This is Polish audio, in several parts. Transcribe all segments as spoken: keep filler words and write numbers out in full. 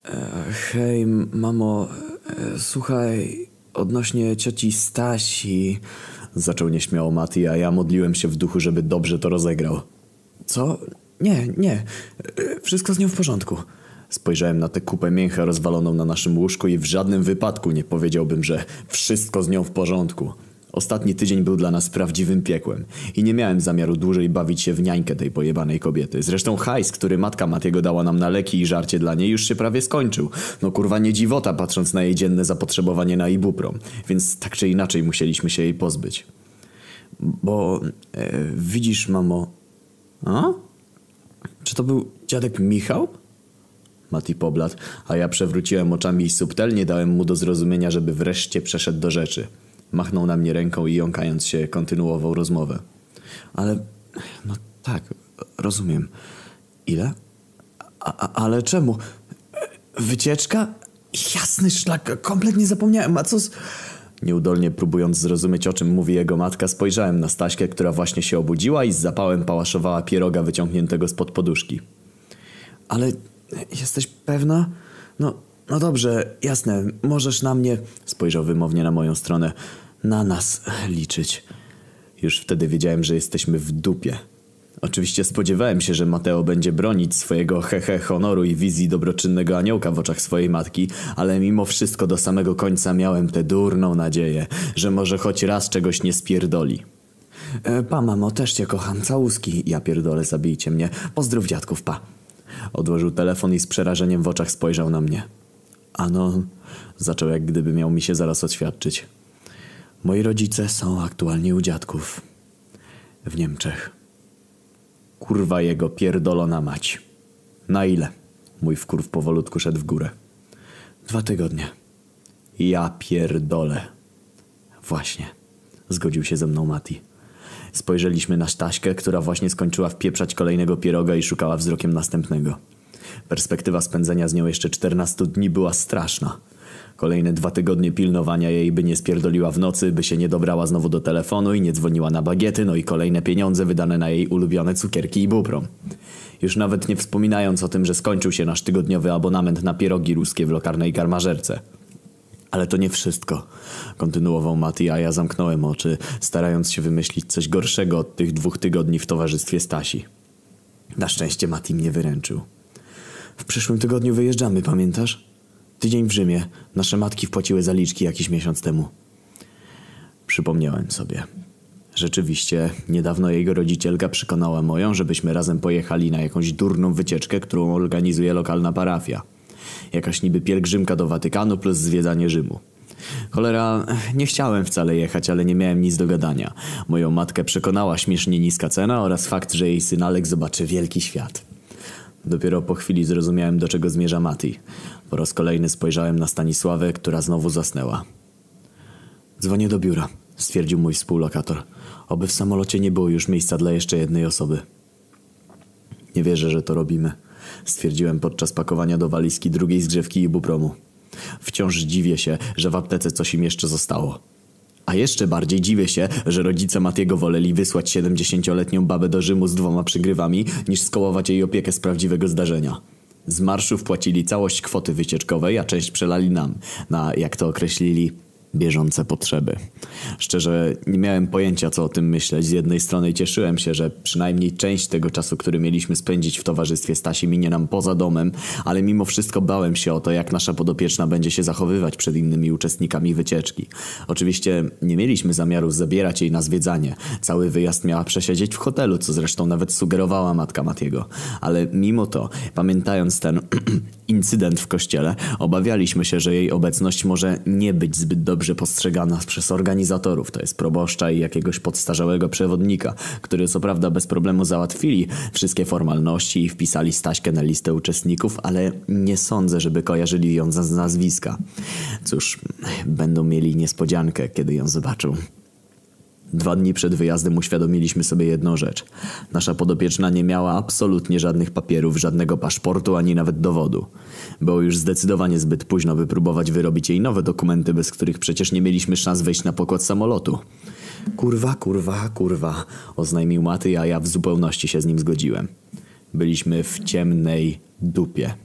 Hej, mamo, słuchaj, odnośnie cioci Stasi... Zaczął nieśmiało Mati, a ja modliłem się w duchu, żeby dobrze to rozegrał. Co? Nie, nie. Wszystko z nią w porządku. Spojrzałem na tę kupę mięcha rozwaloną na naszym łóżku i w żadnym wypadku nie powiedziałbym, że wszystko z nią w porządku. Ostatni tydzień był dla nas prawdziwym piekłem i nie miałem zamiaru dłużej bawić się w niańkę tej pojebanej kobiety. Zresztą hajs, który matka Matiego dała nam na leki i żarcie dla niej, już się prawie skończył. No kurwa, nie dziwota, patrząc na jej dzienne zapotrzebowanie na ibuprom. Więc tak czy inaczej musieliśmy się jej pozbyć. Bo e, widzisz, mamo... A? Czy to był dziadek Michał? Mati pobladł, a ja przewróciłem oczami i subtelnie dałem mu do zrozumienia, żeby wreszcie przeszedł do rzeczy. Machnął na mnie ręką i jąkając się kontynuował rozmowę. Ale... no tak, rozumiem. Ile? A, a, ale czemu? Wycieczka? Jasny szlak, kompletnie zapomniałem, a co z... Nieudolnie próbując zrozumieć, o czym mówi jego matka, spojrzałem na Staśkę, która właśnie się obudziła i z zapałem pałaszowała pieroga wyciągniętego spod poduszki. Ale jesteś pewna? No, no dobrze, jasne, możesz na mnie... Spojrzał wymownie na moją stronę. Na nas liczyć. Już wtedy wiedziałem, że jesteśmy w dupie. Oczywiście spodziewałem się, że Mateo będzie bronić swojego hehe honoru i wizji dobroczynnego aniołka w oczach swojej matki, ale mimo wszystko do samego końca miałem tę durną nadzieję, że może choć raz czegoś nie spierdoli. E, pa, mamo, też cię kocham, całuski. Ja pierdolę, zabijcie mnie. Pozdrów dziadków, pa. Odłożył telefon i z przerażeniem w oczach spojrzał na mnie. Ano, zaczął jak gdyby miał mi się zaraz oświadczyć. Moi rodzice są aktualnie u dziadków. W Niemczech. Kurwa jego pierdolona mać. Na ile? Mój wkurw powolutku szedł w górę. Dwa tygodnie. Ja pierdolę. Właśnie. Zgodził się ze mną Mati. Spojrzeliśmy na Staśkę, która właśnie skończyła wpieprzać kolejnego pieroga i szukała wzrokiem następnego. Perspektywa spędzenia z nią jeszcze czternastu dni była straszna. Kolejne dwa tygodnie pilnowania jej, by nie spierdoliła w nocy, by się nie dobrała znowu do telefonu i nie dzwoniła na bagiety, no i kolejne pieniądze wydane na jej ulubione cukierki i buprom. Już nawet nie wspominając o tym, że skończył się nasz tygodniowy abonament na pierogi ruskie w lokalnej karmażerce. Ale to nie wszystko, kontynuował Mati, a ja zamknąłem oczy, starając się wymyślić coś gorszego od tych dwóch tygodni w towarzystwie Stasi. Na szczęście Mati mnie wyręczył. W przyszłym tygodniu wyjeżdżamy, pamiętasz? Tydzień w Rzymie. Nasze matki wpłaciły zaliczki jakiś miesiąc temu. Przypomniałem sobie. Rzeczywiście, niedawno jego rodzicielka przekonała moją, żebyśmy razem pojechali na jakąś durną wycieczkę, którą organizuje lokalna parafia. Jakaś niby pielgrzymka do Watykanu plus zwiedzanie Rzymu. Cholera, nie chciałem wcale jechać, ale nie miałem nic do gadania. Moją matkę przekonała śmiesznie niska cena oraz fakt, że jej syn Alek zobaczy wielki świat. Dopiero po chwili zrozumiałem, do czego zmierza Mati. Po raz kolejny spojrzałem na Stanisławę, która znowu zasnęła. Dzwonię do biura, stwierdził mój współlokator. Oby w samolocie nie było już miejsca dla jeszcze jednej osoby. Nie wierzę, że to robimy, stwierdziłem podczas pakowania do walizki drugiej zgrzewki ibupromu. Wciąż dziwię się, że w aptece coś im jeszcze zostało. A jeszcze bardziej dziwię się, że rodzice Matiego woleli wysłać siedemdziesięcioletnią babę do Rzymu z dwoma przygrywami, niż skołować jej opiekę z prawdziwego zdarzenia. Z marszu wpłacili całość kwoty wycieczkowej, a część przelali nam, na, jak to określili, bieżące potrzeby. Szczerze, nie miałem pojęcia, co o tym myśleć. Z jednej strony cieszyłem się, że przynajmniej część tego czasu, który mieliśmy spędzić w towarzystwie Stasi, minie nam poza domem, ale mimo wszystko bałem się o to, jak nasza podopieczna będzie się zachowywać przed innymi uczestnikami wycieczki. Oczywiście nie mieliśmy zamiaru zabierać jej na zwiedzanie. Cały wyjazd miała przesiedzieć w hotelu, co zresztą nawet sugerowała matka Matiego. Ale mimo to, pamiętając ten incydent w kościele, obawialiśmy się, że jej obecność może nie być zbyt dobrze postrzegana przez organizatorów, to jest proboszcza i jakiegoś podstarzałego przewodnika, który co prawda bez problemu załatwili wszystkie formalności i wpisali Staśkę na listę uczestników, ale nie sądzę, żeby kojarzyli ją z nazwiska. Cóż, będą mieli niespodziankę, kiedy ją zobaczą. Dwa dni przed wyjazdem uświadomiliśmy sobie jedną rzecz. Nasza podopieczna nie miała absolutnie żadnych papierów, żadnego paszportu, ani nawet dowodu. Było już zdecydowanie zbyt późno, by próbować wyrobić jej nowe dokumenty, bez których przecież nie mieliśmy szans wejść na pokład samolotu. Kurwa, kurwa, kurwa, oznajmił Maty, a ja w zupełności się z nim zgodziłem. Byliśmy w ciemnej dupie.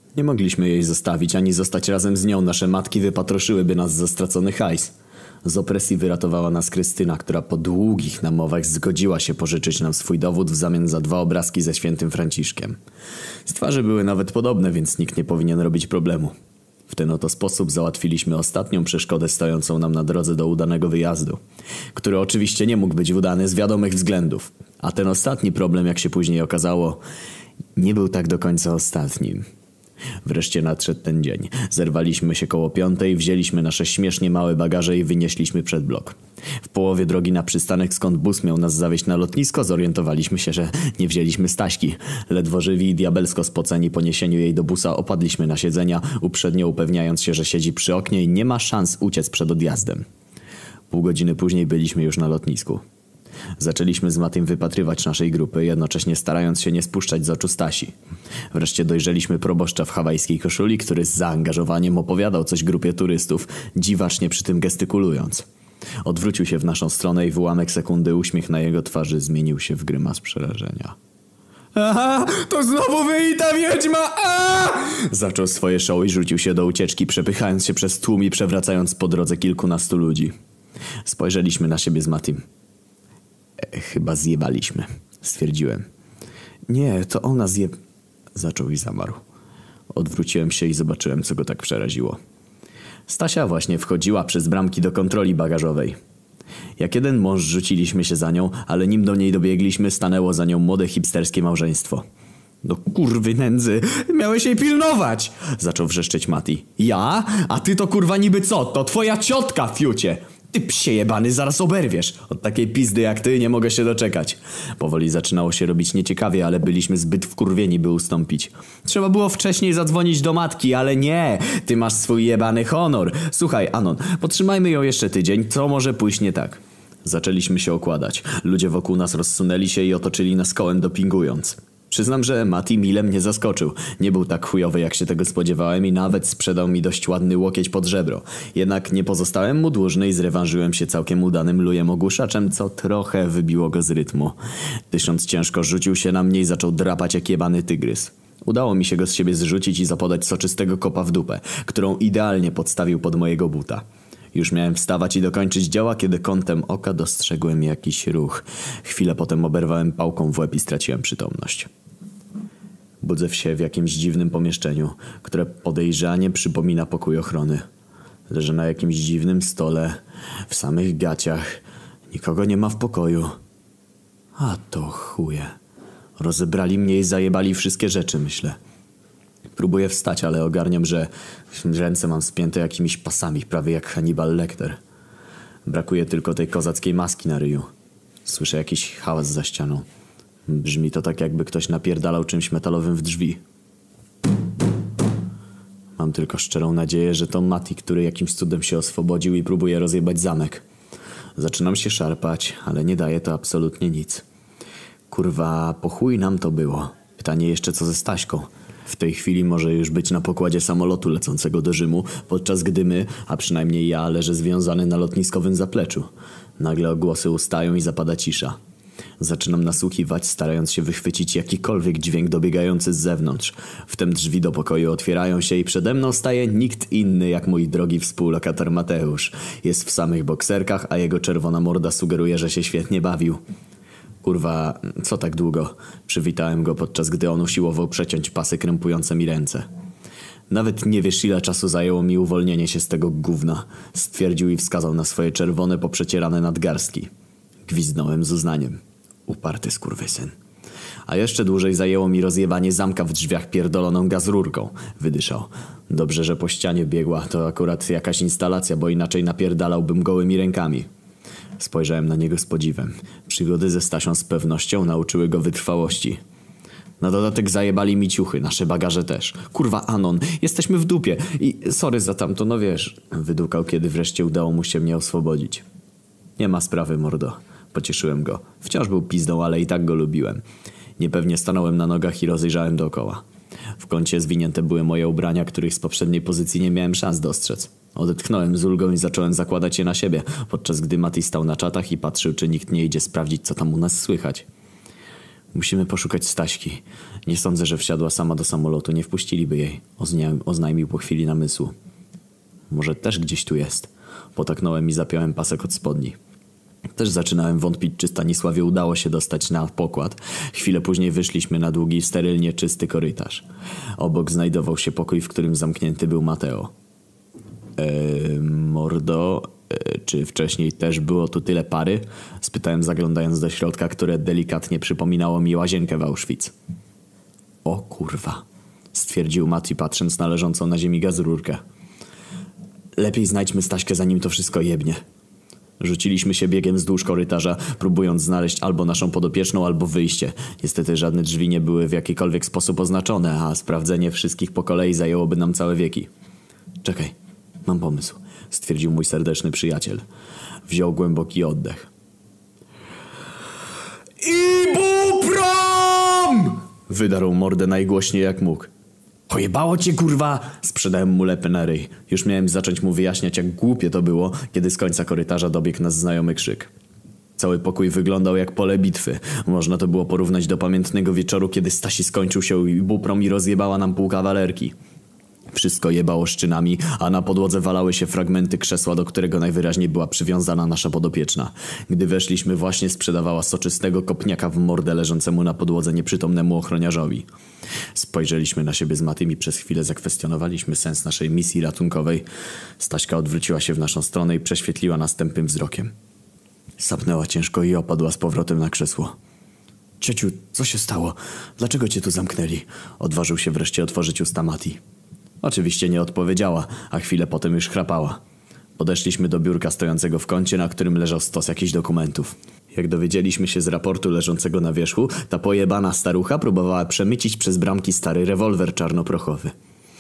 Nie mogliśmy jej zostawić, ani zostać razem z nią. Nasze matki wypatroszyłyby nas za stracony hajs. Z opresji wyratowała nas Krystyna, która po długich namowach zgodziła się pożyczyć nam swój dowód w zamian za dwa obrazki ze świętym Franciszkiem. Z twarzy były nawet podobne, więc nikt nie powinien robić problemu. W ten oto sposób załatwiliśmy ostatnią przeszkodę stojącą nam na drodze do udanego wyjazdu, który oczywiście nie mógł być udany z wiadomych względów. A ten ostatni problem, jak się później okazało, nie był tak do końca ostatnim. Wreszcie nadszedł ten dzień. Zerwaliśmy się koło piątej, wzięliśmy nasze śmiesznie małe bagaże i wynieśliśmy przed blok. W połowie drogi na przystanek, skąd bus miał nas zawieźć na lotnisko, zorientowaliśmy się, że nie wzięliśmy Staśki. Ledwo żywi i diabelsko spoceni po niesieniu jej do busa opadliśmy na siedzenia, uprzednio upewniając się, że siedzi przy oknie i nie ma szans uciec przed odjazdem. Pół godziny później byliśmy już na lotnisku. Zaczęliśmy z Matym wypatrywać naszej grupy, jednocześnie starając się nie spuszczać z oczu Stasi. Wreszcie dojrzeliśmy proboszcza w hawajskiej koszuli, który z zaangażowaniem opowiadał coś grupie turystów, dziwacznie przy tym gestykulując. Odwrócił się w naszą stronę i w ułamek sekundy uśmiech na jego twarzy zmienił się w grymas przerażenia. Aha, to znowu wy i ta wiedźma! Aaaa! Zaczął swoje show i rzucił się do ucieczki, przepychając się przez tłum i przewracając po drodze kilkunastu ludzi. Spojrzeliśmy na siebie z Matym. E, chyba zjebaliśmy, stwierdziłem. Nie, to ona zjeb... Zaczął i zamarł. Odwróciłem się i zobaczyłem, co go tak przeraziło. Stasia właśnie wchodziła przez bramki do kontroli bagażowej. Jak jeden mąż rzuciliśmy się za nią, ale nim do niej dobiegliśmy, stanęło za nią młode hipsterskie małżeństwo. No kurwy nędzy, miałeś jej pilnować! Zaczął wrzeszczeć Mati. Ja? A ty to kurwa niby co? To twoja ciotka, fiucie! Ty psie jebany, zaraz oberwiesz. Od takiej pizdy jak ty nie mogę się doczekać. Powoli zaczynało się robić nieciekawie, ale byliśmy zbyt wkurwieni, by ustąpić. Trzeba było wcześniej zadzwonić do matki, ale nie. Ty masz swój jebany honor. Słuchaj, Anon, potrzymajmy ją jeszcze tydzień, co może pójść nie tak. Zaczęliśmy się okładać. Ludzie wokół nas rozsunęli się i otoczyli nas kołem dopingując. Przyznam, że Mati mile mnie zaskoczył. Nie był tak chujowy, jak się tego spodziewałem i nawet sprzedał mi dość ładny łokieć pod żebro. Jednak nie pozostałem mu dłużny i zrewanżyłem się całkiem udanym lujem ogłuszaczem, co trochę wybiło go z rytmu. Dysząc ciężko, rzucił się na mnie i zaczął drapać jak jebany tygrys. Udało mi się go z siebie zrzucić i zapodać soczystego kopa w dupę, którą idealnie podstawił pod mojego buta. Już miałem wstawać i dokończyć dzieła, kiedy kątem oka dostrzegłem jakiś ruch. Chwilę potem oberwałem pałką w łeb i straciłem przytomność. Budzę się w jakimś dziwnym pomieszczeniu, które podejrzanie przypomina pokój ochrony. Leżę na jakimś dziwnym stole, w samych gaciach. Nikogo nie ma w pokoju. A to chuje. Rozebrali mnie i zajebali wszystkie rzeczy, myślę. Próbuję wstać, ale ogarniam, że ręce mam spięte jakimiś pasami, prawie jak Hannibal Lecter. Brakuje tylko tej kozackiej maski na ryju. Słyszę jakiś hałas za ścianą. Brzmi to tak, jakby ktoś napierdalał czymś metalowym w drzwi. Mam tylko szczerą nadzieję, że to Mati, który jakimś cudem się oswobodził i próbuje rozjebać zamek. Zaczynam się szarpać, ale nie daje to absolutnie nic. Kurwa, po chuj nam to było. Pytanie jeszcze co ze Staśką. W tej chwili może już być na pokładzie samolotu lecącego do Rzymu, podczas gdy my, a przynajmniej ja, leżę związany na lotniskowym zapleczu. Nagle odgłosy ustają i zapada cisza. Zaczynam nasłuchiwać, starając się wychwycić jakikolwiek dźwięk dobiegający z zewnątrz. Wtem drzwi do pokoju otwierają się i przede mną staje nikt inny jak mój drogi współlokator Mateusz. Jest w samych bokserkach, a jego czerwona morda sugeruje, że się świetnie bawił. Kurwa, co tak długo? Przywitałem go, podczas gdy on usiłował przeciąć pasy krępujące mi ręce. Nawet nie wiesz, ile czasu zajęło mi uwolnienie się z tego gówna. Stwierdził i wskazał na swoje czerwone, poprzecierane nadgarstki. Gwizdnąłem z uznaniem. Uparty skurwysyn. A jeszcze dłużej zajęło mi rozjebanie zamka w drzwiach pierdoloną gazrurką. Wydyszał. Dobrze, że po ścianie biegła. To akurat jakaś instalacja, bo inaczej napierdalałbym gołymi rękami. Spojrzałem na niego z podziwem. Przygody ze Stasią z pewnością nauczyły go wytrwałości. Na dodatek zajebali mi ciuchy, nasze bagaże też. Kurwa, Anon, jesteśmy w dupie i sorry za tamto, no wiesz. Wydukał, kiedy wreszcie udało mu się mnie oswobodzić. Nie ma sprawy, mordo. Pocieszyłem go. Wciąż był pizdą, ale i tak go lubiłem. Niepewnie stanąłem na nogach i rozejrzałem dookoła. W kącie zwinięte były moje ubrania, których z poprzedniej pozycji nie miałem szans dostrzec. Odetchnąłem z ulgą i zacząłem zakładać je na siebie, podczas gdy Mati stał na czatach i patrzył, czy nikt nie idzie sprawdzić, co tam u nas słychać. Musimy poszukać Staśki. Nie sądzę, że wsiadła sama do samolotu. Nie wpuściliby jej. Oznia- oznajmił po chwili namysłu. Może też gdzieś tu jest. Potaknąłem i zapiąłem pasek od spodni. Też zaczynałem wątpić, czy Stanisławie udało się dostać na pokład. Chwilę później wyszliśmy na długi, sterylnie czysty korytarz. Obok znajdował się pokój, w którym zamknięty był Mateo. Eee, mordo, eee, czy wcześniej też było tu tyle pary? Spytałem, zaglądając do środka, które delikatnie przypominało mi łazienkę w Auschwitz. O kurwa, stwierdził Mati, patrząc na leżącą na ziemi gazrurkę. Lepiej znajdźmy Staśkę, zanim to wszystko jebnie. Rzuciliśmy się biegiem wzdłuż korytarza, próbując znaleźć albo naszą podopieczną, albo wyjście. Niestety żadne drzwi nie były w jakikolwiek sposób oznaczone, a sprawdzenie wszystkich po kolei zajęłoby nam całe wieki. Czekaj, mam pomysł, stwierdził mój serdeczny przyjaciel. Wziął głęboki oddech. Ibuprom! Wydarł mordę najgłośniej jak mógł. Pojebało cię, kurwa! Sprzedałem mu lepę na ryj. Już miałem zacząć mu wyjaśniać, jak głupie to było, kiedy z końca korytarza dobiegł nas znajomy krzyk. Cały pokój wyglądał jak pole bitwy. Można to było porównać do pamiętnego wieczoru, kiedy Stasi skończył się ibuprom i rozjebała nam pół kawalerki. Wszystko jebało szczynami, a na podłodze walały się fragmenty krzesła, do którego najwyraźniej była przywiązana nasza podopieczna. Gdy weszliśmy, właśnie sprzedawała soczystego kopniaka w mordę leżącemu na podłodze nieprzytomnemu ochroniarzowi. Spojrzeliśmy na siebie z Matym i przez chwilę zakwestionowaliśmy sens naszej misji ratunkowej. Staśka odwróciła się w naszą stronę i prześwietliła nas tępym wzrokiem. Sapnęła ciężko i opadła z powrotem na krzesło. Ciociu, co się stało? Dlaczego cię tu zamknęli? Odważył się wreszcie otworzyć usta Mati. Oczywiście nie odpowiedziała, a chwilę potem już chrapała. Podeszliśmy do biurka stojącego w kącie, na którym leżał stos jakichś dokumentów. Jak dowiedzieliśmy się z raportu leżącego na wierzchu, ta pojebana starucha próbowała przemycić przez bramki stary rewolwer czarnoprochowy.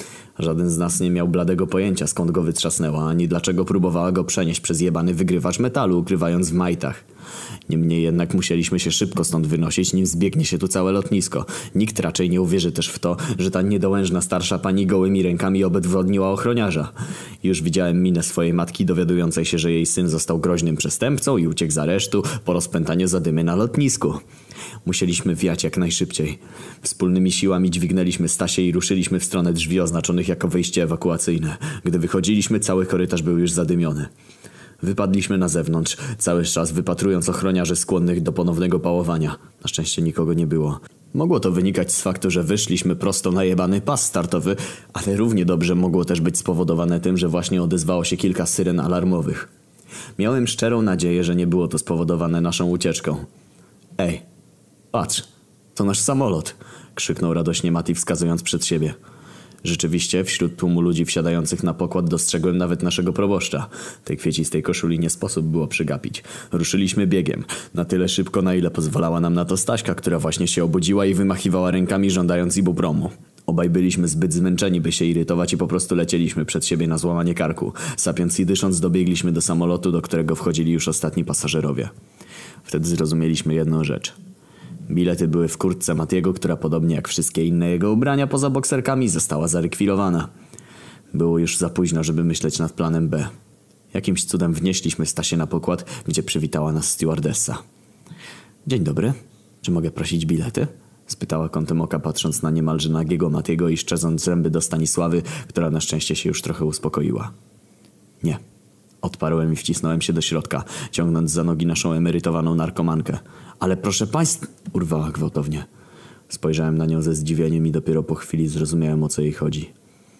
Żaden z nas nie miał bladego pojęcia, skąd go wytrzasnęła, ani dlaczego próbowała go przenieść przez jebany wygrywacz metalu, ukrywając w majtach. Niemniej jednak musieliśmy się szybko stąd wynosić, nim zbiegnie się tu całe lotnisko. Nikt raczej nie uwierzy też w to, że ta niedołężna starsza pani gołymi rękami obezwładniła ochroniarza. Już widziałem minę swojej matki dowiadującej się, że jej syn został groźnym przestępcą i uciekł z aresztu po rozpętaniu zadymy na lotnisku. Musieliśmy wiać jak najszybciej. Wspólnymi siłami dźwignęliśmy Stasię i ruszyliśmy w stronę drzwi oznaczonych jako wyjście ewakuacyjne. Gdy wychodziliśmy, cały korytarz był już zadymiony. Wypadliśmy na zewnątrz, cały czas wypatrując ochroniarzy skłonnych do ponownego pałowania. Na szczęście nikogo nie było. Mogło to wynikać z faktu, że wyszliśmy prosto na jebany pas startowy, ale równie dobrze mogło też być spowodowane tym, że właśnie odezwało się kilka syren alarmowych. Miałem szczerą nadzieję, że nie było to spowodowane naszą ucieczką. Ej, patrz, to nasz samolot! Krzyknął radośnie Mati, wskazując przed siebie. Rzeczywiście, wśród tłumu ludzi wsiadających na pokład dostrzegłem nawet naszego proboszcza. Tej kwiecistej koszuli nie sposób było przygapić. Ruszyliśmy biegiem. Na tyle szybko, na ile pozwalała nam na to Staśka, która właśnie się obudziła i wymachiwała rękami, żądając ibupromu. Obaj byliśmy zbyt zmęczeni, by się irytować i po prostu lecieliśmy przed siebie na złamanie karku. Sapiąc i dysząc, dobiegliśmy do samolotu, do którego wchodzili już ostatni pasażerowie. Wtedy zrozumieliśmy jedną rzecz. Bilety były w kurtce Matiego, która podobnie jak wszystkie inne jego ubrania poza bokserkami została zarekwirowana. Było już za późno, żeby myśleć nad planem B. Jakimś cudem wnieśliśmy Stasię na pokład, gdzie przywitała nas stewardessa. Dzień dobry. Czy mogę prosić bilety? Spytała kątem oka, patrząc na niemalże nagiego Matiego i szczerząc zęby do Stanisławy, która na szczęście się już trochę uspokoiła. Nie. Odparłem i wcisnąłem się do środka, ciągnąc za nogi naszą emerytowaną narkomankę. Ale proszę państwa... Urwała gwałtownie. Spojrzałem na nią ze zdziwieniem i dopiero po chwili zrozumiałem, o co jej chodzi.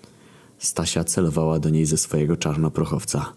Stasia celowała do niej ze swojego czarnoprochowca.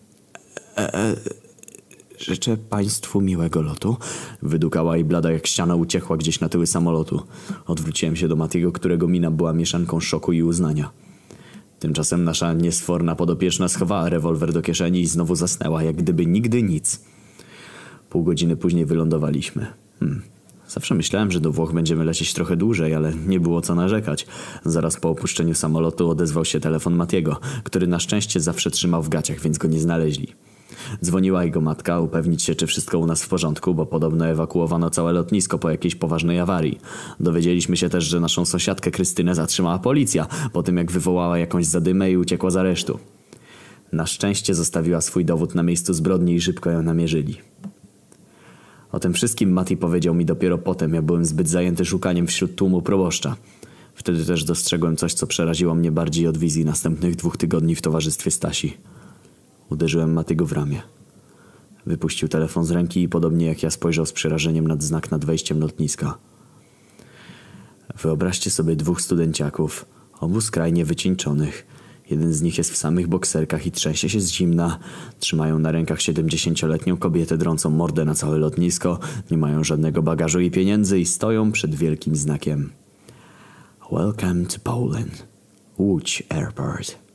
E, e, życzę państwu miłego lotu. Wydukała i blada jak ściana uciechła gdzieś na tyły samolotu. Odwróciłem się do Matiego, którego mina była mieszanką szoku i uznania. Tymczasem nasza niesforna podopieczna schowała rewolwer do kieszeni i znowu zasnęła, jak gdyby nigdy nic. Pół godziny później wylądowaliśmy. Hmm. Zawsze myślałem, że do Włoch będziemy lecieć trochę dłużej, ale nie było co narzekać. Zaraz po opuszczeniu samolotu odezwał się telefon Matiego, który na szczęście zawsze trzymał w gaciach, więc go nie znaleźli. Dzwoniła jego matka, upewnić się, czy wszystko u nas w porządku, bo podobno ewakuowano całe lotnisko po jakiejś poważnej awarii. Dowiedzieliśmy się też, że naszą sąsiadkę Krystynę zatrzymała policja, po tym jak wywołała jakąś zadymę i uciekła z aresztu. Na szczęście zostawiła swój dowód na miejscu zbrodni i szybko ją namierzyli. O tym wszystkim Mati powiedział mi dopiero potem, ja byłem zbyt zajęty szukaniem wśród tłumu proboszcza. Wtedy też dostrzegłem coś, co przeraziło mnie bardziej od wizji następnych dwóch tygodni w towarzystwie Stasi. Uderzyłem Matiego w ramię. Wypuścił telefon z ręki i podobnie jak ja spojrzał z przerażeniem nad znak nad wejściem lotniska. Wyobraźcie sobie dwóch studenciaków, obu skrajnie wycieńczonych. Jeden z nich jest w samych bokserkach i trzęsie się z zimna. Trzymają na rękach siedemdziesięcioletnią kobietę drącą mordę na całe lotnisko. Nie mają żadnego bagażu i pieniędzy i stoją przed wielkim znakiem. Welcome to Poland. Łódź Airport.